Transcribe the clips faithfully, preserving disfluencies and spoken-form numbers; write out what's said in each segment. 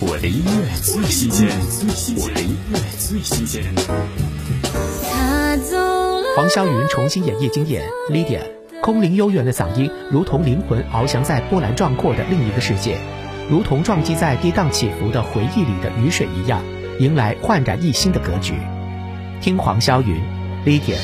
我的音乐最新鲜，我的音乐最新鲜。 黄霄云重新演绎经典 Lydia， 空灵悠远的嗓音如同灵魂翱翔在波澜壮阔的另一个世界，如同撞击在跌宕起伏的回忆里的雨水一样，迎来焕然一新的格局。听黄霄云 Lydia。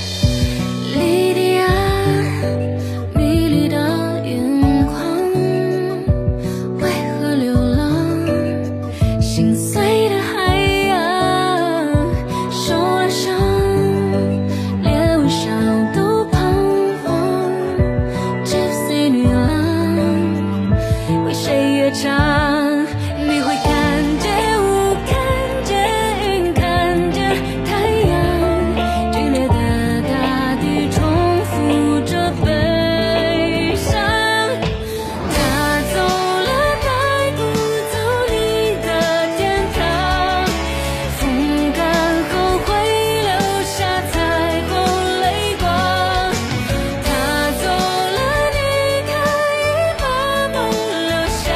你会看见我看见看见太阳剧烈的大地重复着悲伤，他走了带不走你的天堂，风干后会留下彩虹泪光，他走了你可以把梦留下，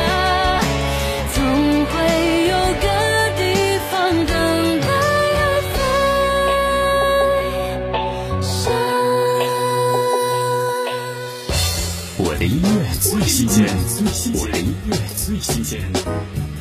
我的音乐最新鲜，我的音乐最新鲜。